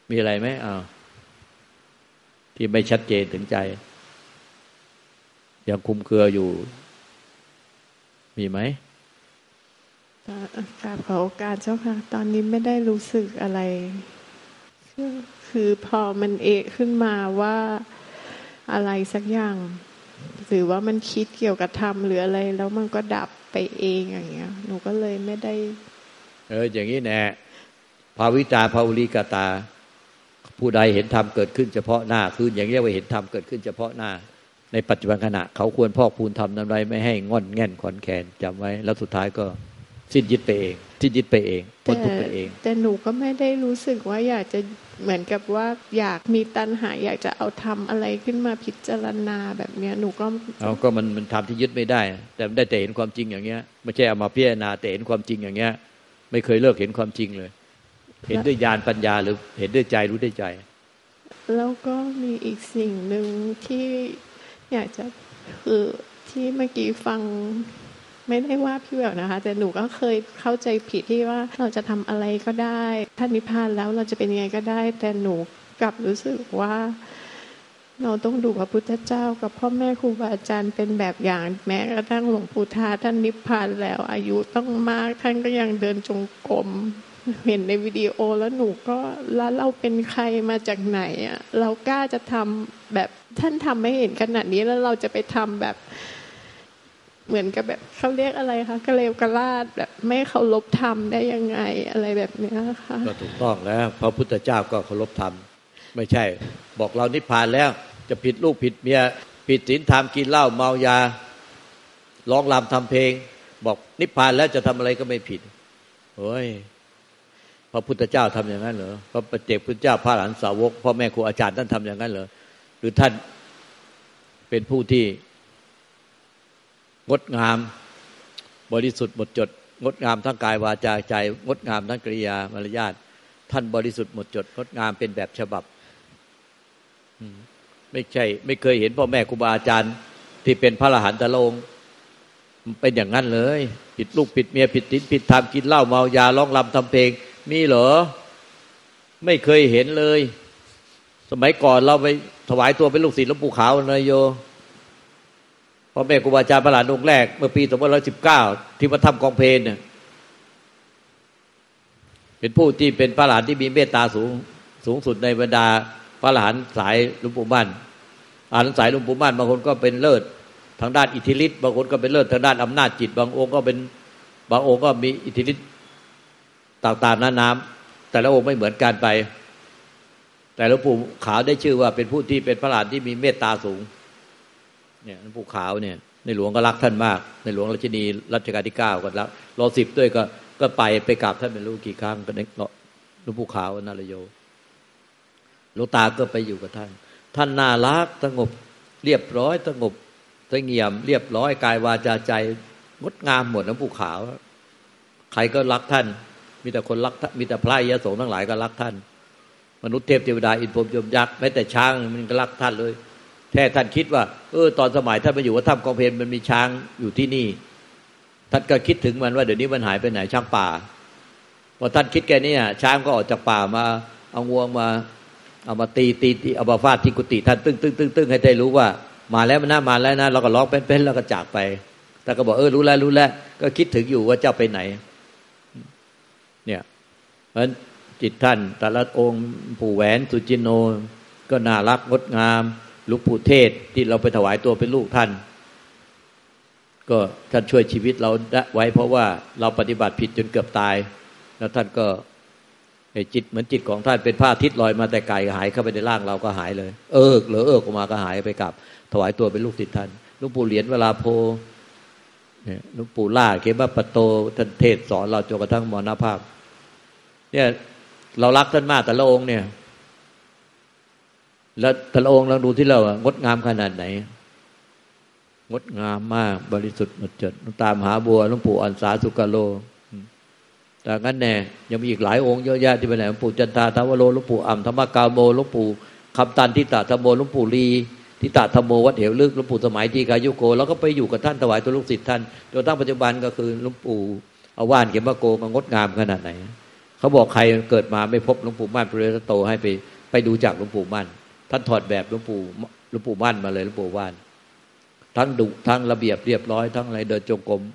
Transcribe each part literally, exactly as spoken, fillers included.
มีอะไรไหมอ้าวที่ไม่ชัดเจนถึงใจยังคุมเครืออยู่มีไหมกราบขอโอกาสเจ้าค่ะตอนนี้ไม่ได้รู้สึกอะไรคือคือพอมันเอะขึ้นมาว่าอะไรสักอย่างหรือว่ามันคิดเกี่ยวกับธรรมหรืออะไรแล้วมันก็ดับไปเองอย่างเงี้ยหนูก็เลยไม่ได้เอออย่างนี้แน่ภาวิตาภาวุริกตาผู้ใดเห็นธรรมเกิดขึ้นเฉพาะหน้าคืออย่างเรียกว่าเห็นธรรมเกิดขึ้นเฉพาะหน้าในปัจจุบันขณะเขาควรพอกพูนธรรมนั้นไว้ไม่ให้งอนแง่นขอนแขนจำไว้แล้วสุดท้ายก็สิ้นยึดไปเองสิ้นยึดไปเองพ้นทุกข์ไปเองแต่หนูก็ไม่ได้รู้สึกว่าอยากจะเหมือนกับว่าอยากมีตัณหาอยากจะเอาทำอะไรขึ้นมาพิจารณาแบบเนี้ยหนูก็เอาก็มันมันทำที่ยึดไม่ได้แต่ได้แต่เห็นความจริงอย่างเงี้ยไม่ใช่เอามาพิจารณาแต่เห็นความจริงอย่างเงี้ยไม่เคยเลิกเห็นความจริงเลยเห็นด้วยญาณปัญญาหรือเห็นด้วยใจรู้ด้วยใจแล้วก็มีอีกสิ่งหนึ่งที่อยากจะคือที่เมื่อกี้ฟังไม่ได้ว่าพี่แหววนะคะแต่หนูก็เคยเข้าใจผิดที่ว่าเราจะทำอะไรก็ได้ถ้านิพพานแล้วเราจะเป็นยังไงก็ได้แต่หนูกลับรู้สึกว่าเราต้องดูพระพุทธเจ้ากับพ่อแม่ครูบาอาจารย์เป็นแบบอย่างแม้กระทั่งหลวงปู่ทาท่านนิพพานแล้วอายุต้องมากท่านก็ยังเดินจงกรมเห็นในวิดีโอแล้วหนูก็แล้วเราเป็นใครมาจากไหนอ่ะเรากล้าจะทำแบบท่านทำไม่เห็นขนาดนี้แล้วเราจะไปทำแบบเหมือนกับแบบเขาเรียกอะไรคะกระเลวกระลาดแบบไม่เคารพธรรมได้ยังไงอะไรแบบนี้ค่ะก็ถูกต้องแล้วพระพุทธเจ้าก็เคารพธรรมไม่ใช่บอกเรานิพพานแล้วจะผิดลูกผิดเมียผิดศีลธรรมกินเหล้าเมายาร้องรำทำเพลงบอกนิพพานแล้วจะทำอะไรก็ไม่ผิดโอ้ยพระพุทธเจ้าทำอย่างนั้นเหรอพระปัจเจกพุทธเจ้าพระอรหันตสาวกพ่อแม่ครูอาจารย์ท่านทำอย่างนั้นเหรอหรือท่านเป็นผู้ที่งดงามบริสุทธิ์หมดจดงดงามทั้งกายวาจาใจงดงามทั้งกริยามารยาทท่านบริสุทธิ์หมดจดงดงามเป็นแบบฉบับไม่ใช่ไม่เคยเห็นพ่อแม่ครูบาอาจารย์ที่เป็นพระอรหันตโลงเป็นอย่างนั้นเลยผิดลูกผิดเมียผิดศีลผิดธรรมกินเหล้าเมายาร้องรำทำเพลงมีเหรอไม่เคยเห็นเลยสมัยก่อนเราไปถวายตัวเป็นลูกศิษย์หลวงปู่ขาวนะโยพ่อแม่ครูบาอาจารย์พระหลานองค์แรกเมื่อปีสองพันห้าร้อยสิบเก้าที่วัดถ้ำกองเพลเนี่ยเป็นผู้ที่เป็นพระหลานที่มีเมตตาสูงสูงสุดในบรรดาพระหลานสายหลวงปู่มั่นอ่านสายหลวงปู่มั่นบางคนก็เป็นเลิศทางด้านอิทธิฤทธิ์บางคนก็เป็นเลิศทางด้านอำนาจจิตบางองค์ก็เป็นบางองค์ก็มีอิทธิฤทธิ์ต่างๆน้ำแต่ละองค์ไม่เหมือนกันไปแต่หลวงปู่ขาวได้ชื่อว่าเป็นผู้ที่เป็นพระหลานที่มีเมตตาสูงเนี่ยหลวงปู่ขาวเนี่ยในหลวงก็รักท่านมากในหลวงรัชนีรัชกาลที่เก้าก็รักรอสิบด้วยก็ก็ไปไปกราบท่านไม่รู้กี่ครั้งก็ได้หลวงปู่ขาวนารโยหลวงตาก็ไปอยู่กับท่านท่านน่ารักสงบเรียบร้อยสงบเสงี่ยมเรียบร้อยกายวาจาใจงดงามหมดหลวงปู่ขาวใครก็รักท่านมีแต่คนรักมีแต่พระยะโสทั้งหลายก็รักท่านมนุษย์เทพเทวดาอินทร์พรหมยมยักษ์แม้แต่ช้างมันก็รักท่านเลยแท้ท่านคิดว่าเออตอนสมัยท่านมาอยู่วัดถ้ำกองเพลมันมีช้างอยู่ที่นี่ท่านก็คิดถึงมันว่าเดี๋ยวนี้มันหายไปไหนช้างป่าพอท่านคิดแค่นี้ช้างก็ออกจากป่ามาเอางวงมาเอามาตีตีตีเอามาฟาดที่กุฏิท่านตึ้งตึ้งตึ้งตึ้งให้ได้รู้ว่ามาแล้วมันน่ามาแล้วนะเราก็ร้องเป็นๆแล้วก็จากไปแต่ก็บอกเออรู้แล้วรู้แล้วก็คิดถึงอยู่ว่าเจ้าไปไหนเนี่ยเพราะฉะนั้นจิตท่านแต่ละองค์ปู่แหวนสุจินโนก็น่ารักงดงามหลวงปู่เทศที่เราไปถวายตัวเป็นลูกท่านก็ท่านช่วยชีวิตเราไว้เพราะว่าเราปฏิบัติผิดจนเกือบตายแล้วท่านก็จิตเหมือนจิตของท่านเป็นผ้าทิศลอยมาแต่ไกลหายเข้าไปในร่างเราก็หายเลยเอิกเหลือเอิกออกมาก็หายไปกับถวายตัวเป็นลูกศิษย์ท่านหลวงปู่เหรียญเวลาโพเนี่ยหลวงปู่ล่าเขมปโตท่านเทศสอนเราจนกระทั่งมรณภาพเนี่ยเรารักท่านมากแต่ละองค์เนี่ยแล้วแต่ละองค์เราดูที่เรางดงามขนาดไหนงดงามมากบริสุทธิ์หมดจดตามหาบัวหลวงปู่อันสาสุกโลแต่งั้นแน่ยังมีอีกหลายองค์เยอะแยะที่ไปไหนหลวงปู่จันทาทาวโรหลวงปู่อ่ำธรรมกาโมหลวงปู่คำตันทิตาธรรมโมหลวงปู่ลีทิตาธรรมโมวัดเหวลึกหลวงปู่สมัยทีกายุโกแล้วก็ไปอยู่กับท่านถวายตัวลูกศิษย์ท่านจนตั้งปัจจุบันก็คือหลวงปู่อาวานเขมโกมันงดงามขนาดไหนเขาบอกใครเกิดมาไม่พบหลวงปู่มั่นปริยัติโตให้ไปไปดูจากหลวงปู่มั่นท่านถอดแบบหลวงปู่หลวงปู่มั่นมาเลยหลวงปู่ว่านทั้งดุทั้งระเบียบเรียบร้อยทั้งอะไรเดินจงกรม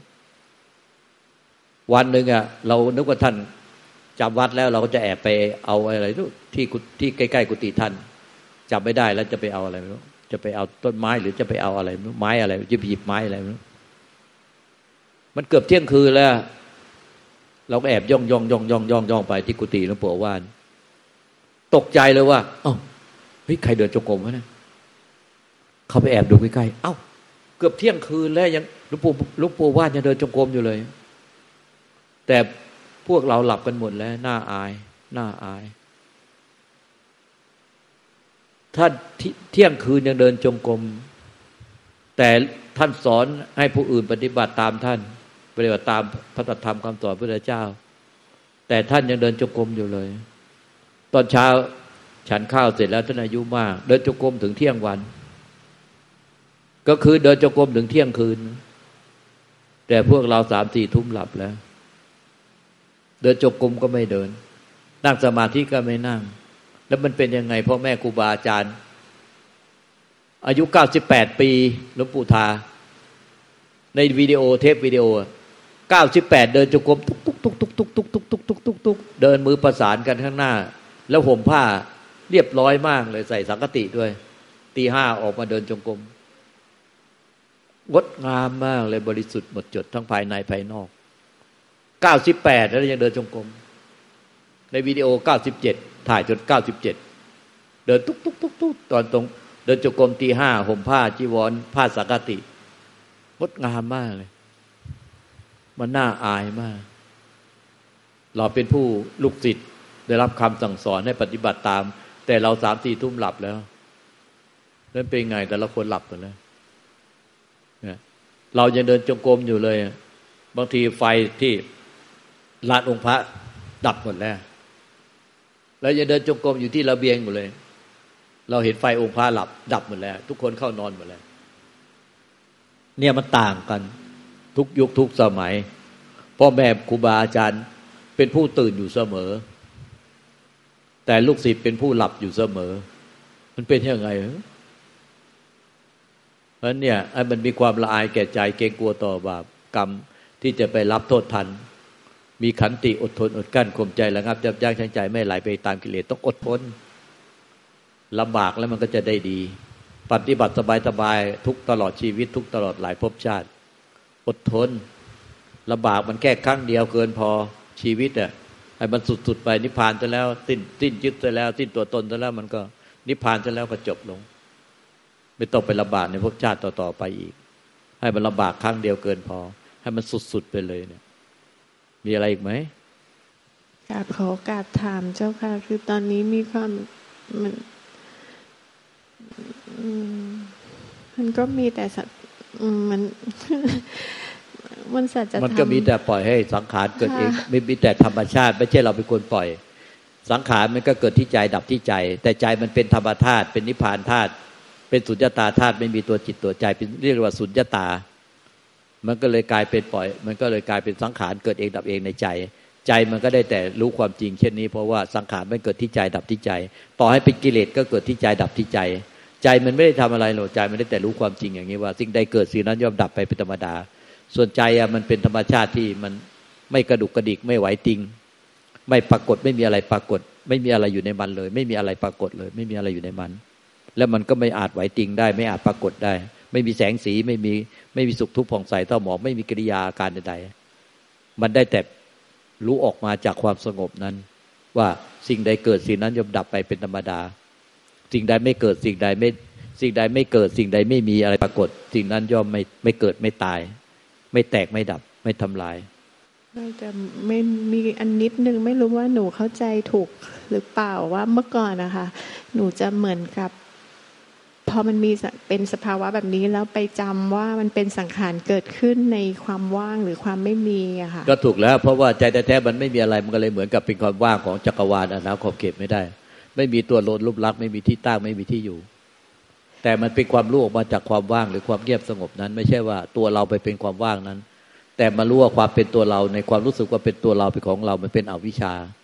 วันหนึ่งอ่ะเรานึกว่าท่านจำวัดแล้วเราก็จะแอบไปเอาอะไรที่ที่ใกล้ๆกุฏิท่านจำไม่ได้แล้วจะไปเอาอะไรไม่รู้จะไปเอาต้นไม้หรือจะไปเอาอะไรไม้อะไรจะหยิบไม้อะไรไม่รู้มันเกือบเที่ยงคืนแล้วเราก็แอบย่องย่องย่องย่องย่องย่องไปที่กุฏิหลวงปู่ว่านตกใจเลยว่าเอ้าเฮ้ยใครเดินจงกรมวะเนี่ยเขาไปแอบดูใกล้ๆเอ้าเกือบเที่ยงคืนแล้วยังหลวงปู่หลวงปู่ว่านยังเดินจงกรมอยู่เลยแต่พวกเราหลับกันหมดแล้วน่าอายน่าอายถ้าเที่ยงคืนยังเดินจงกรมแต่ท่านสอนให้ผู้อื่นปฏิบัติตามท่านปฏิบัติตามพระธรรมคำสอนพระพุทธเจ้าแต่ท่านยังเดินจงกรมอยู่เลยตอนเช้าฉันข้าวเสร็จแล้วท่านอายุมากเดินจงกรมถึงเที่ยงวันก็คือเดินจงกรมถึงเที่ยงคืนแต่พวกเราสามสี่ทุ่มหลับแล้วเดินจงกรมก็ไม่เดินนั่งสมาธิก็ไม่นั่งแล้วมันเป็นยังไงพ่อแม่ครูบาอาจารย์อายุเก้าสิบแปดปีหลวงปู่ทาในวิดีโอเทปวิดีโอเก้าสิบแปดเดินจงกรมตุ๊กตุ๊กตุ๊กตุ๊กตุ๊กตุ๊กตุ๊กตุ๊กตุ๊กตุ๊กตุ๊กเดินมือประสานกันข้างหน้าแล้วห่มผ้าเรียบร้อยมากเลยใส่สังฆติด้วยตีห้าออกมาเดินจงกรมงดงามมากเลยบริสุทธิ์หมดจดทั้งภายในภายนอกเก้าสิบแปดแล้วยังเดินจงกรมในวิดีโอเก้าสิบเจ็ดถ่ายจนเก้าสิบเจ็ดเดินตุ๊กตุ๊กตุ๊กตุ๊กตอนตรงเดินจงกรมตีห้าห่มผ้าจีวรผ้าสังฆติงดงามมากเลยมันน่าอายมากเราเป็นผู้ลูกศิษย์ได้รับคำสั่งสอนให้ปฏิบัติตามแต่เราสามสี่ทุ่มหลับแล้วนั่นเป็นไงแต่ละคนหลับหมดแล้วเรายังเดินจงกรมอยู่เลยบางทีไฟที่ลานองค์พระดับหมดแล้วแล้วยังเดินจงกรมอยู่ที่ระเบียงหมดเลยเราเห็นไฟองค์พระหลับดับหมดแล้วทุกคนเข้านอนหมดแล้วเนี่ยมันต่างกันทุกยุคทุกสมัยพ่อแม่ครูบาอาจารย์เป็นผู้ตื่นอยู่เสมอแต่ลูกศิษย์เป็นผู้หลับอยู่เสมอมันเป็นยังไงเพราะเนี่ยไอ้มันมีความละอายแก่ใจเกรงกลัวต่อบาปกรรมที่จะไปรับโทษทันมีขันติอดทนอดกั้นข่มใจระงับยับยั้งชั่งใจไม่ไหลไปตามกิเลสต้องอดทนลำบากแล้วมันก็จะได้ดีปฏิบัติสบายๆทุกตลอดชีวิตทุกตลอดหลายภพชาติอดทนลำบากมันแค่ครั้งเดียวเกินพอชีวิตอ่ะไอ้มันสุดๆไปนิพพานซะแล้วสิ้นสิ้นยึดซะแล้วสิ้นตัวตนซะแล้วมันก็นิพพานซะแล้วก็จบลงไม่ต้องไปลำบากในภพชาติต่อๆไปอีกให้มันลำบากครั้งเดียวเกินพอให้มันสุดๆไปเลยเนี่ยมีอะไรอีกไหมกราบขอโอกาสถามเจ้าค่ะคือตอนนี้มีความมันมันก็มีแต่สัตว์มันมันสัจธรรมมันก็มีแต่ปล่อยให้สังขารเกิดเองไม่มีแต่ธรรมชาติไม่ใช่เราเป็นคนปล่อยสังขารมันก็เกิดที่ใจดับที่ใจแต่ใจมันเป็นธรรมธาตุเป็นนิพพานธาตุเป็นสุญญตาธาตุไม่มีตัวจิตตัวใจเป็นเรียกว่าสุญญตามันก็เลยกลายเป็นปล่อยมันก็เลยกลายเป็นสังขารเกิดเองดับเองในใจใจมันก็ได้แต่รู้ความจริงเช่นนี้เพราะว่าสังขารมันเกิดที่ใจดับที่ใจต่อให้เป็นกิเลสก็เกิดที่ใจดับที่ใจใจมันไม่ได้ทำอะไรหรอกใจมันได้แต่รู้ความจริงอย่างนี้ว่าสิ่งใดเกิดสิ่งนั้นย่อมดับไปเป็นธรรมดาส่วนใจอ่ะมันเป็นธรรมชาติที่มันไม่กระดุกกระดิกไม่ไหวติงไม่ปรากฏไม่มีอะไรปรากฏไม่มีอะไรอยู่ในมันเลยไม่มีอะไรปรากฏเลยไม่มีอะไรอยู่ในมันแล้วมันก็ไม่อาจไหวติงได้ไม่อาจปรากฏได้ไม่มีแสงสีไม่มีไม่มีสุขทุกข์ผ่องใสเท่าหมอกไม่มีกิริยาอาการใดๆมันได้แต่รู้ออกมาจากความสงบนั้นว่าสิ่งใดเกิดสิ่งนั้นย่อมดับไปเป็นธรรมดาสิ่งใดไม่เกิดสิ่งใดไม่สิ่งใดไม่เกิดสิ่งใดไม่มีอะไรปรากฏสิ่งนั้นย่อมไม่ไม่เกิดไม่ตายไม่แตกไม่ดับไม่ทำลายไม่แต่ไม่มีอันนิดนึงไม่รู้ว่าหนูเข้าใจถูกหรือเปล่าว่าเมื่อก่อนนะคะหนูจะเหมือนกับพอมันมีเป็นสภาวะแบบนี้แล้วไปจำว่ามันเป็นสังขารเกิดขึ้นในความว่างหรือความไม่มีอะค่ะก็ถูกแล้วเพราะว่าใจแท้ๆมันไม่มีอะไรมันก็เลยเหมือนกับเป็นความว่างของจักรวาลอนาขอบเขตไม่ได้ไม่มีตัวโลดรูปลักษณ์ไม่มีที่ตั้งไม่มีที่อยู่แต่มันเป็นความรู้ออกมาจากความว่างหรือความเงียบสงบนั้นไม่ใช่ว่าตัวเราไปเป็นความว่างนั้นแต่มารู้ว่าความเป็นตัวเราในความรู้สึกว่าเป็นตัวเราเป็นของเรามันเป็นอวิชชา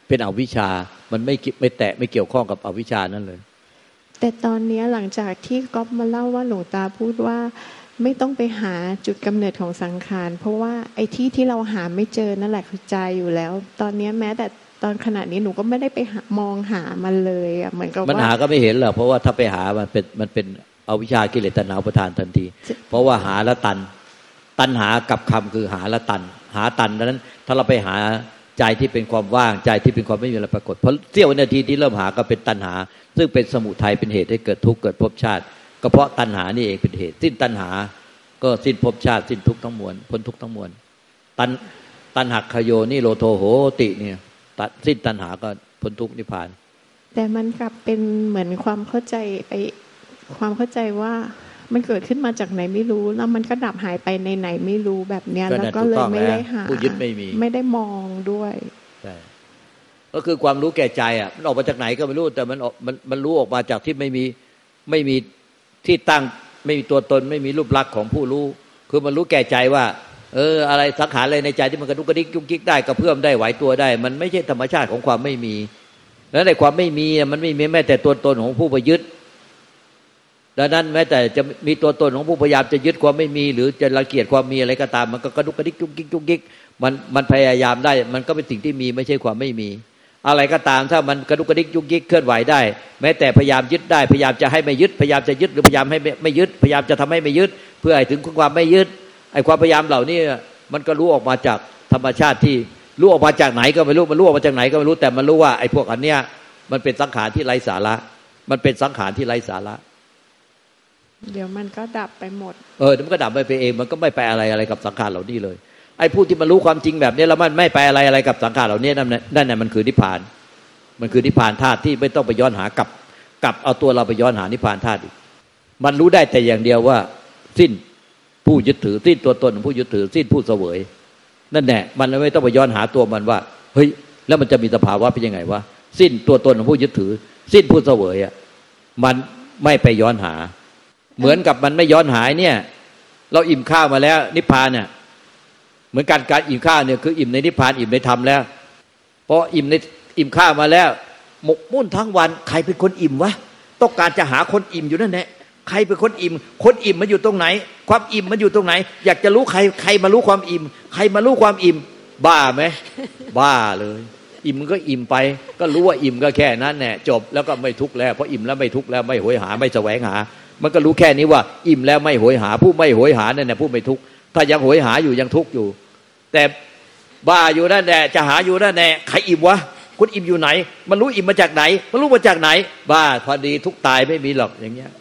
เป็นอวิชชามันไม่ไม่แตะไม่เกี่ยวข้องกับอวิชชานั่นเลยแต่ตอนนี้หลังจากที่ก๊อฟมาเล่าว่าหลวงตาพูดว่าไม่ต้องไปหาจุดกำเนิดของสังขารเพราะว่าไอ้ที่ที่เราหาไม่เจอนั่นแหละคือใจอยู่แล้วตอนนี้แม้แต่ตอนขณะนี้หนูก็ไม่ได้ไปมองหามันเลยอ่ะเหมือนกับว่ามันหาก็ไม่เห็นหรอกเพราะว่าถ้าไปหามันเป็นมันเป็นอวิชชากิเลสตัณหาอุปาทานทันทีเพราะว่าหาและตันตัณหากับคำคือหาและตันหาตันดังนั้นถ้าเราไปหาใจที่เป็นความว่างใจที่เป็นความไม่มีอะไรปรากฏเพราะเสี้ยววินาทีที่เริ่มหาก็เป็นตัณหาซึ่งเป็นสมุทัยเป็นเหตุให้เกิดทุกข์เกิดภพชาติก็เพราะตัณหานี่เองเป็นเหตุสิ้นตัณหาก็สิ้นภพชาติสิ้นทุกข์ทั้งมวลพ้นทุกข์ทั้งมวลตัณตัณหักขโยนิโรโทโหติเนี่ยตัดสิ้นตัณหาก็พ้นทุกข์นิพพานแต่มันกลับเป็นเหมือนความเข้าใจไปความเข้าใจว่ามันเกิดขึ้นมาจากไหนไม่รู้แล้วมันก็ดับหายไปในไหนไม่รู้แบบเนี้ยแล้วก็เลยไม่ได้หาผู้ยึดไม่มีไม่ได้มองด้วยใช่ก็คือความรู้แก่ใจอ่ะมันออกมาจากไหนก็ไม่รู้แต่มันออกมันมันรู้ออกมาจากที่ไม่มีไม่มีที่ตั้งไม่มีตัวตนไม่มีรูปลักษณ์ของผู้รู้คือมันรู้แก่ใจว่าเอออะไรสังขารอะไรในใจที่มันกระดุกกระดิกยุกยิกได้กระเพื่อมได้ไหวตัวได้มันไม่ใช่ธรรมชาติของความไม่มีแล้วในความไม่มีมันไม่มีแม้แต่ตัวตนของผู้ไปยึดดังนั้นแม้แต่จะมีตัวตนของผู้พยายามจะยึดความไม่มีหรือจะรังเกียจความมีอะไรก็ตามมันก็กระดุกกระดิกยุกยิกยุกยิกมันมันพยายามได้มันก็เป็นสิ่งที่มีไม่ใช่ความไม่มีอะไรก็ตามถ้ามันกระดุกกระดิกยุกยิกเคลื่อนไหวได้แม้แต่พยายามยึดได้พยายามจะให้ไม่ยึดพยายามจะยึดหรือพยายามให้ไม่ยึดพยายามจะทำให้ไม่ยึดเพื่อให้ถึงความไม่ยึดไอ้ความพยายามเหล่านี้มันก็รู้ออกมาจากธรรมชาติที่รู้ออกมาจากไหนก็ไม่รู้มันรู้ออกมาจากไหนก็ไม่รู้แต่มันรู้ว่าไอ้พวกอันเนี้ยมันเป็นสังขารที่ไร้สาระมันเป็นสังขารที่ไร้สาระเดี๋ยวมันก็ดับไปหมดเออมันก็ดับไปเองมันก็ไม่ไปอะไรอะไรกับสังขารเหล่านี้เลยไอ้ผู้ที่มันรู้ความจริงแบบนี้แล้วมันไม่ไปอะไรอะไรกับสังขารเหล่านี้นั่นนั่นน่ะมันคือนิพพานมันคือนิพพานธาตุที่ไม่ต้องไปย้อนหากับกับเอาตัวเราไปย้อนหานิพพานธาตุอีกมันรู้ได้แต่อย่างเดียวว่าสิ้นผู้ยึดถือสิ้นตัวตนของผู้ยึดถือสิ้นผู้เสวยนั่นแหละมันไม่ต้องไปย้อนหาตัวมันว่าเฮ้ยแล้วมันจะมีสภาวะเป็นยังไงวะสิ้นตัวตนของผู้ยึดถือสิ้นผู้เสวยอ่ะมันไม่ไปย้อนหาเหมือนกับมันไม่ย้อนหายเนี่ยเราอิ่มข้าวมาแล้วนิพพานเนี่ยเหมือนการการอิ่มข้าวเนี่ยคืออิ่มในนิพพานอิ่มในธรรมแล้วพออิ่มในอิ่มข้าวมาแล้วหมกมุ่นทั้งวันใครเป็นคนอิ่มวะต้องการจะหาคนอิ่มอยู่นั่นแหละใครเป็นคนอิ่มคนอิ่มมันอยู่ตรงไหนความอิ่มมันอยู่ตรงไหนอยากจะรู้ใครใครมารู้ความอิ่มใครมารู้ความอิ่มบ้าไหมบ้าเลยอิ่มมันก็อิ่มไปก็รู้ว่าอิ่มก็แค่นั้นแหละจบแล้วก็ไม่ทุกข์แล้วเพราะอิ่มแล้วไม่ทุกข์แล้วไม่โหยหาไม่แสวงหามันก็รู้แค่นี้ว่าอิ่มแล้วไม่โหยหาผู้ไม่โหยหานั่นแหละผู้ไม่ทุกข์ถ้ายังโหยหาอยู่ยังทุกข์อยู่แต่บ้าอยู่นั่นแหละจะหาอยู่นั่นแหละใครอิ่มวะคุณอิ่มอยู่ไหนมันรู้อิ่มมาจากไหนมันรู้มาจากไหนบ้าพอดีทุกตายไม่มีหรอกอย่างเงี้ย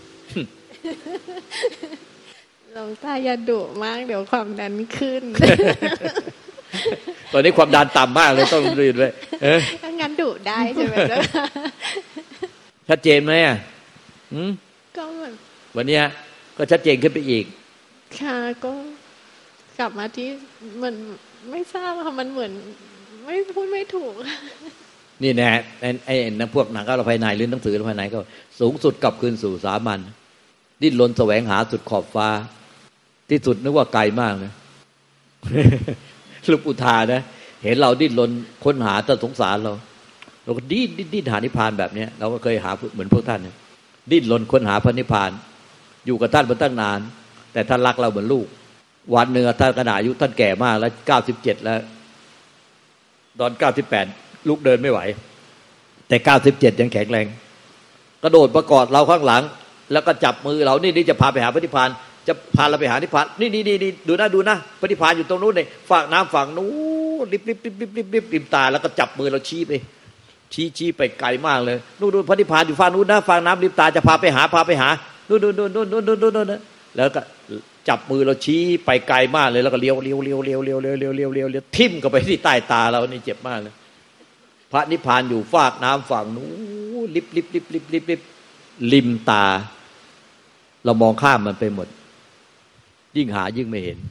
หลวงตาอย่าดุมากเดี๋ยวความดันขึ้นตอนนี้ความดันต่ำมากเลยต้องรีบเลยเอ๊ะงั้นดุได้ใช่ไหมจ๊ะชัดเจนไหมอ่ะก็เหมือนวันนี้ก็ชัดเจนขึ้นไปอีกค่ะก็กลับมาที่มันไม่ทราบค่ะมันเหมือนไม่พูดไม่ถูกนี่แน่ไอ้ไอ้นักพวกหนังก็เราภายในหรือหนังสือเราภายในก็สูงสุดกลับคืนสู่สามัญดิ้นรนแสวงหาสุดขอบฟ้าที่สุดนึกว่าไกลมากนะลูกอุทานะเห็นเราดิ้นรนค้นหาแต่สงสารเราเราก็ดิ้นดิ้นหานิพพานแบบนี้เราก็เคยหาเหมือนพวกท่านเนี่ยดิ้นรนค้นหาพระนิพพานอยู่กับท่านมาตั้งนานแต่ท่านรักเราเหมือนลูกวันหนึ่งท่านขณะอายุท่านแก่มากแล้วเก้าสิบเจ็ดแล้วตอนเก้าสิบแปดลุกเดินไม่ไหวแต่เก้าสิบเจ็ดยังแข็งแรงกระโดดประกอดเราข้างหลังแล้วก็จับมือเรานี่นี่จะพาไปหาพระนิพพานจะพาเราไปหานิพพานนี่นี่นี่ดูนะดูนะพระนิพพานอยู่ตรงนู้นเลยฝั่งน้ำฝั่งนู้นริบริบริบริบริบริบริมตาแล้วก็จับมือเราชี้ไปชี้ชี้ไปไกลมากเลยนู่นนู่นพระนิพพานอยู่ฝั่งนู้นนะฝั่งน้ำริมตาจะพาไปหาพาไปหานู่นนู่นนู่นนู่นนู่นนู่นนู่นแล้วก็จับมือเราชี้ไปไกลมากเลยแล้วก็เลี้ยวเลี้ยวเลี้ยวเลี้ยวเลี้ยวเลี้ยวเลี้ยวเลี้ยวเลี้ยวเลี้ยวทิ่มเข้าไปที่ใต้ตาเรานี่เจ็บมากเลยพระนิพพานอยู่ฝั่งน้ำฝั่งนู้นริบริบริบริบริบริบริมตาเรามองข้ามมันไปหมดยิ่งหายิ่งไม่เห็น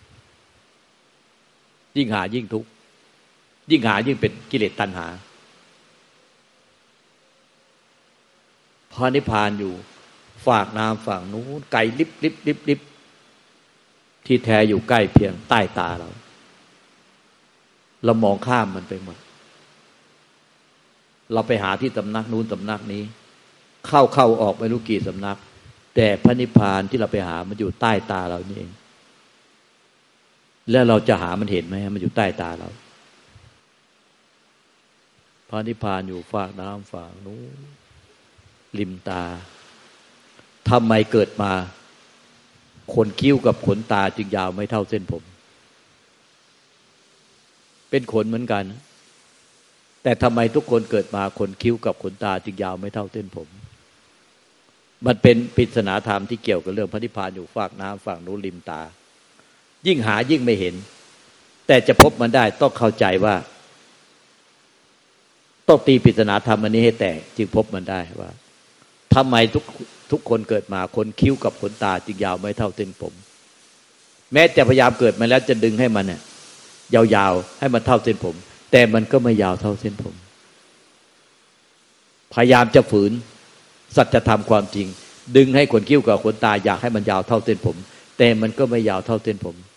ยิ่งหายิ่งทุกข์ยิ่งหายิ่งเป็นกิเลสตัณหาพระนิพพานอยู่ฝากน้ำฝั่งนู้นไกลลิบลิบลิบลิบที่แท้อยู่ใกล้เพียงใต้ตาเราเรามองข้ามมันไปหมดเราไปหาที่สำนักนู้นสำนักนี้เข้าเข้าออกไม่รู้กี่สำนักแต่พระนิพพานที่เราไปหามันอยู่ใต้ตาเรานี่เองแล้วเราจะหามันเห็นไหมมันอยู่ใต้ตาเราพระนิพพานอยู่ฝากน้ำฝากนู้นริมตาทำไมเกิดมาขนคิ้วกับขนตาจึงยาวไม่เท่าเส้นผมเป็นขนเหมือนกันแต่ทำไมทุกคนเกิดมาขนคิ้วกับขนตาจึงยาวไม่เท่าเส้นผมมันเป็นปริศนาธรรมที่เกี่ยวกับเรื่องพระนิพพานอยู่ฝากน้ำฝากนู้นริมตายิ่งหายิ่งไม่เห็นแต่จะพบมันได้ต้องเข้าใจว่าต้องตีปริศนาธรรมอันนี้ให้แตกจึงพบมันได้ว่าทำไมทุกทุกคนเกิดมาขนคิ้วกับขนตาจึงยาวไม่เท่าเส้นผมแม้จะพยายามเกิดมาแล้วจะดึงให้มันเนี่ยยาวๆให้มันเท่าเส้นผมแต่มันก็ไม่ยาวเท่าเส้นผมพยายามจะฝืนสัจธรรมความจริงดึงให้ขนคิ้วกับขนตาอยากให้มันยาวเท่าเส้นผมแต่มันก็ไม่ยาวเท่าเส้นผม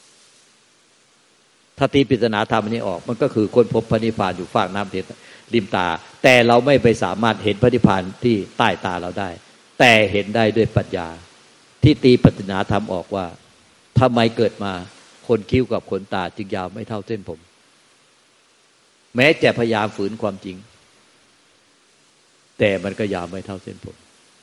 ถ้าตีปริศนาธรรมอันนี้ออกมันก็คือคนพบพระนิพพานอยู่ฝากน้ำริมตาแต่เราไม่ไปสามารถเห็นพระนิพพานที่ใต้ตาเราได้แต่เห็นได้ด้วยปัญญาที่ตีปริศนาธรรมออกว่าทำไมเกิดมาขนคิ้วกับขนตาจึงยาวไม่เท่าเส้นผมแม้จะพยายามฝืนความจริงแต่มันก็ยาวไม่เท่าเส้นผม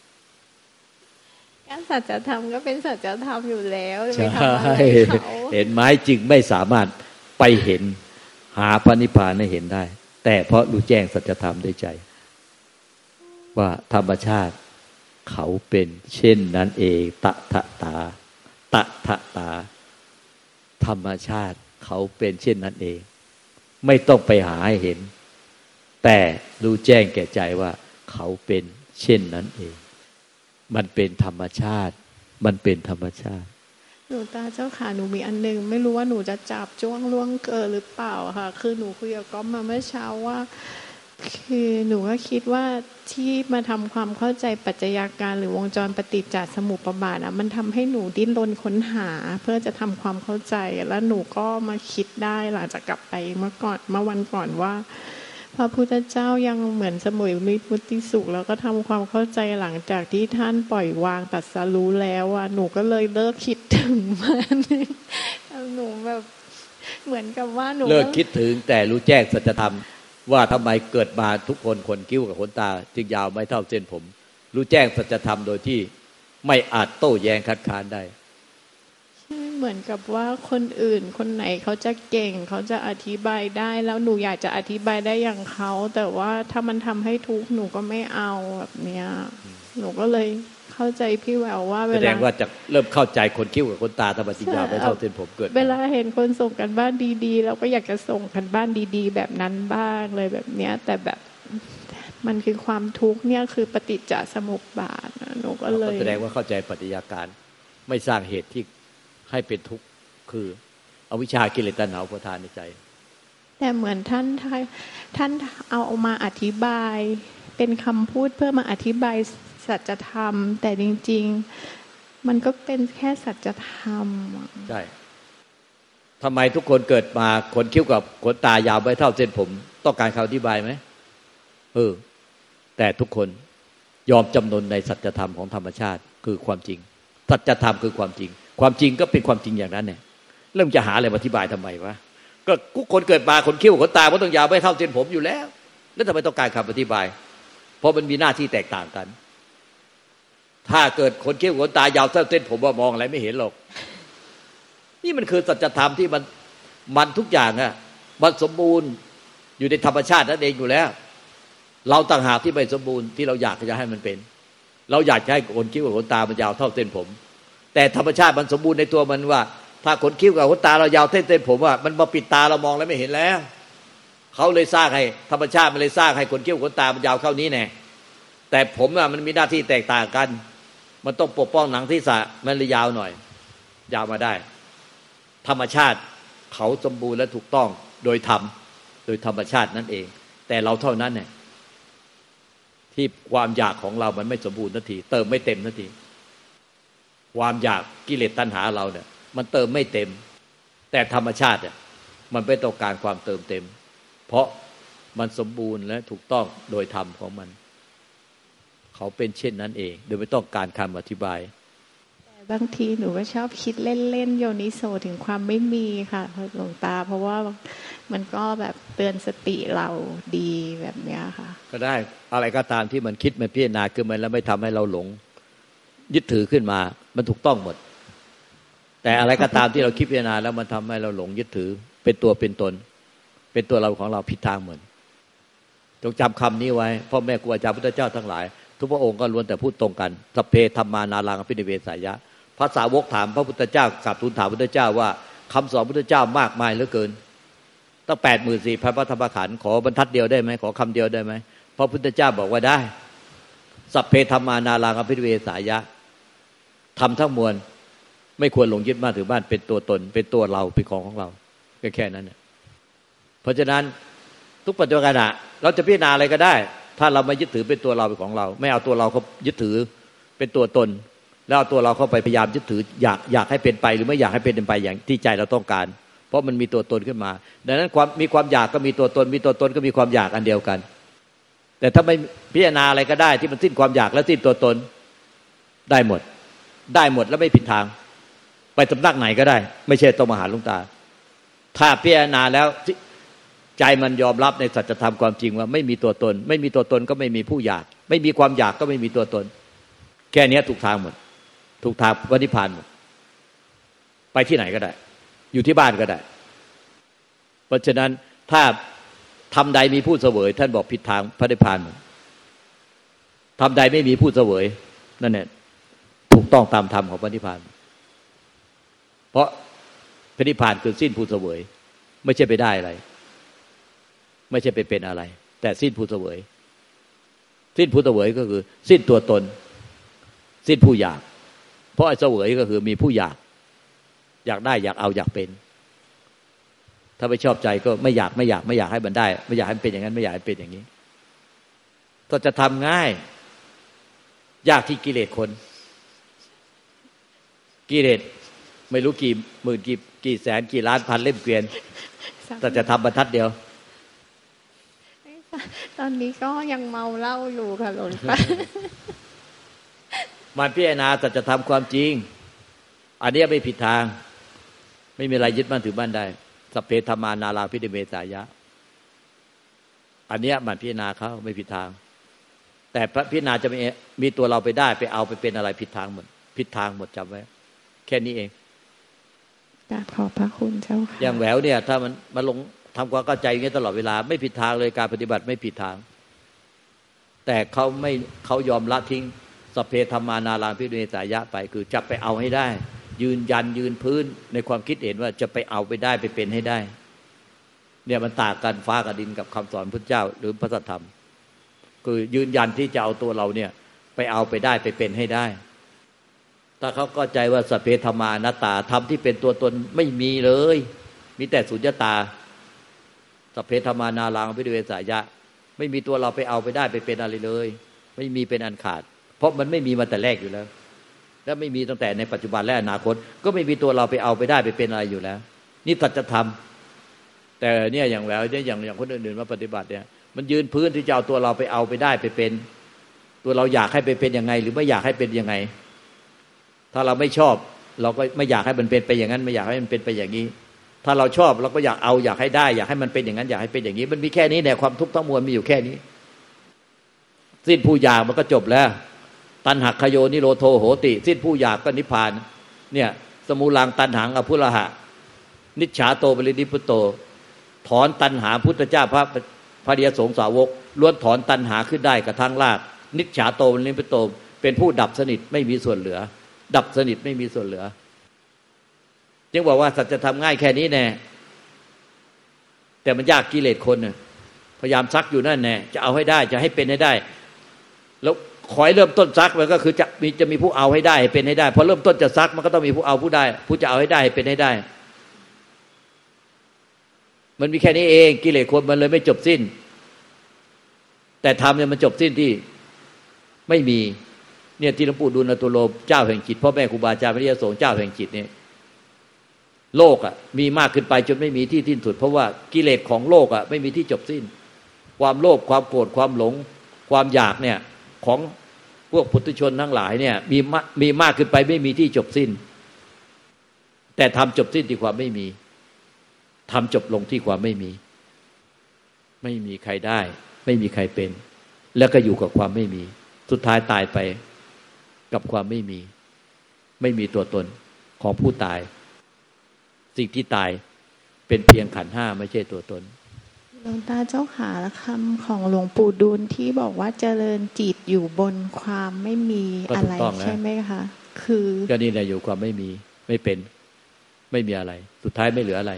การสัจธรรมก็เป็นสัจธรรมอยู่แล้วใช่เห็นไหมจึงไม่สามารถไปเห็นหาพระนิพพานให้เห็นได้แต่เพราะรู้แจ้งสัจธรรมด้วยใจว่าธรรมชาติเขาเป็นเช่นนั้นเองตถะตาตถะตาธรรมชาติเขาเป็นเช่นนั้นเองไม่ต้องไปหาให้เห็นแต่รู้แจ้งแก่ใจว่าเขาเป็นเช่นนั้นเองมันเป็นธรรมชาติมันเป็นธรรมชาติหนูตาเจ้าค่ะหนูมีอันนึงไม่รู้ว่าหนูจะจับจ้วงล่วงเกินหรือเปล่าค่ะคือหนูคุยกับก๊อฟมาเมื่อเช้าว่าคือหนูก็คิดว่าที่มาทำความเข้าใจปัจจัยการหรือวงจรปฏิจจสมุปบาทอ่ะมันทำให้หนูดิ้นรนค้นหาเพื่อจะทำความเข้าใจแล้วหนูก็มาคิดได้หลังจากกลับไปเมื่อก่อนเมื่อวันก่อนว่าพระพุทธเจ้ายังเหมือนสมุยมิมุติสุขแล้วก็ทำความเข้าใจหลังจากที่ท่านปล่อยวางตรัสรู้แล้วอ่ะหนูก็เลยเลิกคิดถึงมันหนูแบบเหมือนกับว่าหนูเลิกคิดถึงแต่รู้แจ้งสัจธรรมว่าทำไมเกิดมาทุกคนขนคิ้วกับขนตาจึงยาวไม่เท่าเส้นผมรู้แจ้งสัจธรรมโดยที่ไม่อาจโต้แย้งคัดค้านได้เหมือนกับว่าคนอื่นคนไหนเขาจะเก่งเขาจะอธิบายได้แล้วหนูอยากจะอธิบายได้อย่างเขาแต่ว่าถ้ามันทำให้ทุกข์หนูก็ไม่เอาแบบเนี้ยหนูก็เลยเข้าใจพี่แววว่าเวลาแสดงว่าจะเริ่มเข้าใจคนคิ้วกับคนตาธรรมจิยาไม่เท่าเส้นผมเกิดเวลาเห็นคนส่งกันบ้านดีๆเราก็อยากจะส่งกันบ้านดีๆแบบนั้นบ้างเลยแบบเนี้ยแต่แบบมันคือความทุกข์เนี่ยคือปฏิจจสมุปบาทหนูก็เลยแสดงว่าเข้าใจปฏิยาการไม่สร้างเหตุที่ให้เป็นทุกข์คืออวิชชากิเลสตัณหาอุปาทานในใจแต่เหมือนท่านท่านเอามาอธิบายเป็นคำพูดเพื่อมาอธิบายสัจธรรมแต่จริงๆมันก็เป็นแค่สัจธรรมใช่ทำไมทุกคนเกิดมาขนคิ้วกับขนตายาวไม่เท่าเส้นผมต้องการคำอธิบายไหมเออแต่ทุกคนยอมจำนนในสัจธรรมของธรรมชาติคือความจริงสัจธรรมคือความจริงความจริงก็เป็นความจริงอย่างนั้นเนี่ยเริ่มจะหาอะไรมาอธิบายทำไมวะก็ทุกคนเกิดมาขนคิ้วขนตาก็ต้องยาวไม่เท่าเส้นผมอยู่แล้วแล้วทำไมต้องการคำอธิบายเพราะมันมีหน้าที่แตกต่างกันถ้าเกิดขนคิ้วขนตายาวเท่าเส้นผมว่ามองอะไรไม่เห็นหรอกนี่มันคือสัจธรรมที่มันมันทุกอย่างอะมันสมบูรณ์อยู่ในธรรมชาตินั่นเองอยู่แล้วเราต่างหากที่ไม่สมบูรณ์ที่เราอยากจะให้มันเป็นเราอยากจะให้ขนคิ้วกับขนตามันยาวเท่าเส้นผมแต่ธรรมชาติมันสมบูรณ์ในตัวมันว่าถ้าขนคิ้วกับขนตาเรายาวเท่าเส้นผมว่ามันมาปิดตาเรามองแล้วไม่เห็นแล้วเขาเลยสร้างให้ธรรมชาติมันเลยสร้างให้ขนคิ้วขนตามันยาวเท่านี้แน่แต่ผมอะมันมีหน้าที่แตกต่างกันมันต้องปกป้องหนังศีรษะมันเลยยาวหน่อยยาวมาได้ธรรมชาติเขาสมบูรณ์และถูกต้องโดยธรรมโดยธรรมชาตินั่นเองแต่เราเท่านั้นเนี่ยที่ความอยากของเรามันไม่สมบูรณ์ทันทีเติมไม่เต็มทันทีความอยากกิเลสตัณหาเราเนี่ยมันเติมไม่เต็มแต่ธรรมชาติเนี่ยมันไม่ต้องการความเติมเต็มเพราะมันสมบูรณ์และถูกต้องโดยธรรมของมันเขาเป็นเช่นนั้นเองโดยไม่ต้องการคำอธิบายแต่บางทีหนูก็ชอบคิดเล่นๆโยนิโสถึงความไม่มีค่ะหลวงตาเพราะว่ามันก็แบบเตือนสติเราดีแบบเนี้ยค่ะก็ได้อะไรก็ตามที่มันคิดมันพิจารณาขึ้นมาแล้วไม่ทำให้เราหลงยึดถือขึ้นมามันถูกต้องหมดแต่อะไรก็ตามที่เราคิดพิจารณาแล้วมันทำให้เราหลงยึดถือเป็นตัวเป็นตนเป็นตัวเราของเราผิดทางหมดจงจำคำนี้ไว้พ่อแม่ครูอาจารย์พุทธเจ้าทั้งหลายทุกพระองค์ก็ล้วนแต่พูดตรงกันสัพเพธัมมานารังอภินิเวสายะพระสาวกถามพระพุทธเจ้ากราบทูลถามพระพุทธเจ้าว่าคำสอนพระพุทธเจ้ามากมายเหลือเกินตั้ง แปดหมื่นสี่พัน พระธรรมขันธ์ขอบรรทัดเดียวได้ไหมขอคำเดียวได้ไหมพระพุทธเจ้าบอกว่าได้สัพเพธัมมานารังอภินิเวสายะทำทั้งมวลไม่ควรหลงยึดมั่นถือมั่นเป็นตัวตนเป็นตัวเราเป็นของของเราแค่นั้นเนี่ยเพราะฉะนั้นทุกปัจจุบันขณะเราจะพิจารณาอะไรก็ได้ถ้าเราไม่ยึดถือเป็นตัวเราเป็นของเราไม่เอาตัวเราเขายึดถือเป็นตัวตนแล้วเอาตัวเราเข้าไปพยายามยึดถืออยากอยากให้เป็นไปหรือไม่อยากให้เป็นไปอย่างที่ใจเราต้องการเพราะมันมีตัวตนขึ้นมาดังนั้นความมีความอยากก็มีตัวตนมีตัวตนก็มีความอยากอันเดียวกันแต่ถ้าไม่พิจารณาอะไรก็ได้ที่มันสิ้นความอยากและสิ้นตัวตนได้หมดได้หมดแล้วไม่ผิดทางไปสำนักไหนก็ได้ไม่ใช่ต้องมาหาหลวงตาถ้าพิจารณาแล้วใจมันยอมรับในสัจธรรมความจริงว่าไม่มีตัวตนไม่มีตัวตนก็ไม่มีผู้อยากไม่มีความอยากก็ไม่มีตัวตนแค่นี้ถูกทางหมดถูกทางพระนิพพานหมดไปที่ไหนก็ได้อยู่ที่บ้านก็ได้เพราะฉะนั้นถ้าทำใดมีผู้เสวยท่านบอกผิดทางพระนิพพานหมดทำใดไม่มีผู้เสวยนั่นแหละถูกต้องตามธรรมของพระนิพพานเพราะพระนิพพานคือสิ้นผู้เสวยไม่ใช่ไปได้อะไรไม่ใช่ไปเป็นอะไรแต่สิ้นผู้เสวยสิ้นผู้เสวยก็คือสิ้นตัวตนสิ้นผู้อยากเพราะไอ้เสวยก็คือมีผู้อยากอยากได้อยากเอาอยากเป็นถ้าไม่ชอบใจก็ไม่อยากไม่อยากไม่อยากให้มันได้ไม่อยากให้มันเป็นอย่างนั้นไม่อยากให้เป็นอย่างนี้ก็จะทำง่ายยากที่กิเลสคนกิเลสไม่รู้กี่หมื่นกี่กี่แสนกี่ล้านพันเล่มเกวียนแต่จะทำบรรทัดเดียวตอนนี้ก็ยังเมาเหล้าอยู่ค่ะหลวงตามันพิจารณาแต่จะทำความจริงอันนี้ไม่ผิดทางไม่มีอะไรยึดมั่นถือมั่นได้สัพเพธัมมานารังอภินิเวสายะอันนี้มันพิจารณาเขาไม่ผิดทางแต่พิจารณาจะมีมีตัวเราไปได้ไปเอาไปเป็นอะไรผิดทางหมดผิดทางหมดจำไว้แค่นี้เองขอบพระคุณเจ้าค่ะอย่างแหววเนี่ยถ้ามันมาลงทำความเข้าใจอย่างนี้ตลอดเวลาไม่ผิดทางเลยการปฏิบัติไม่ผิดทางแต่เขาไม่เขายอมละทิ้งสัพเพธัมมานารังอภินิเวสายะไปคือจะไปเอาให้ได้ยืนยันยืนพื้นในความคิดเห็นว่าจะไปเอาไปได้ไปเป็นให้ได้เนี่ยมันต่างกันฟ้ากับดินกับคำสอนพุทธเจ้าหรือพระธรรมคือยืนยันที่จะเอาตัวเราเนี่ยไปเอาไปได้ไปเป็นให้ได้ถ้าเขาเข้าใจว่าสัพเพธัมมานัตตาธรรมที่เป็นตัวตนไม่มีเลยมีแต่สุญญตาสัพเพธัมมานารังอภินิเวสายะไม่มีตัวเราไปเอาไปได้ไปเป็นอะไรเลยไม่มีเป็นอันขาดเพราะมันไม่มีมาแต่แรกอยู่แล้วและไม่มีตั้งแต่ในปัจจุบันและอนาคตก็ไม่มีตัวเราไปเอาไปได้ไปเป็นอะไรอยู่แล้วนี่สัจธรรมแต่เนี่ยอย่างแล้วเนี่ยอย่างอย่างคนอื่นๆมาปฏิบัติเนี่ยมันยืนพื้นที่จะเอาตัวเราไปเอาไปได้ไปเป็นตัวเราอยากให้ไปเป็นยังไงหรือไม่อยากให้เป็นยังไงถ้าเราไม่ชอบเราก็ไม่อยากให้มันเป็นไปอย่างนั้นไม่อยากให้มันเป็นไปอย่างนี้ถ้าเราชอบเราก็อยากเอาอยากให้ได้อยากให้มันเป็นอย่างนั้นอยากให้เป็นอย่างนี้มันมีแค่นี้แหละความทุกข์ทั้งมวลมีอยู่แค่นี้สิ้นผู้อยากมันก็จบแล้วตัณหคโยนิโรโธโหติสิ้นผู้อยากก็นิพพานเนี่ยสมูลังตัณหังอภุระหะนิจฉาโตปรินิพพุโตถอนตัณหาพุทธเจ้าพระพระอริยสงฆ์สาวกล้วนถอนตัณหาขึ้นได้กระทั่งรากนิจฉาโตปรินิพพุโตเป็นผู้ดับสนิทไม่มีส่วนเหลือดับสนิทไม่มีส่วนเหลือจึงบอกว่าสัจธรรมง่ายแค่นี้แน่แต่มันยากกิเลสคนน่ะพยายามซักอยู่นั่นแน่จะเอาให้ได้จะให้เป็นให้ได้แล้วขอให้เริ่มต้นซักมันก็คือจะมีจะมีผู้เอาให้ได้ให้เป็นให้ได้พอเริ่มต้นจะซักมันก็ต้องมีผู้เอาผู้ได้ผู้จะเอาให้ได้ให้เป็นให้ได้มันมีแค่นี้เองกิเลสคนมันเลยไม่จบสิ้นแต่ธรรมเนี่ยมันจบสิ้นที่ไม่มีเนี่ยที่หลวงปู่ดูลตุโลเจ้าแห่งจิตพ่อแม่ครูบาอาจารย์พระอริยสงฆ์เจ้าแห่งจิตเนี่ยโลกอ่ะมีมากขึ้นไปจนไม่มีที่สิ้นสุดเพราะว่ากิเลสของโลกอ่ะไม่มีที่จบสิ้นความโลภความโกรธความหลงความอยากเนี่ยของพวกปุถุชนทั้งหลายเนี่ยมีมีมากขึ้นไปไม่มีที่จบสิ้นแต่ทำจบสิ้นที่ความไม่มีทำจบลงที่ความไม่มีไม่มีใครได้ไม่มีใครเป็นแล้วก็อยู่กับความไม่มีสุดท้ายตายไปกับความไม่มีไม่มีตัวตนของผู้ตายสิ่งที่ตายเป็นเพียงขันธ์ห้าไม่ใช่ตัวตนหลวงตาเจ้าขาคำของหลวงปู่ดูลที่บอกว่าเจริญจิตอยู่บนความไม่มีอะไรใช่ไหมคะคือก็นี่แหละอยู่ความไม่มีไม่เป็นไม่มีอะไรสุดท้ายไม่เหลืออะไร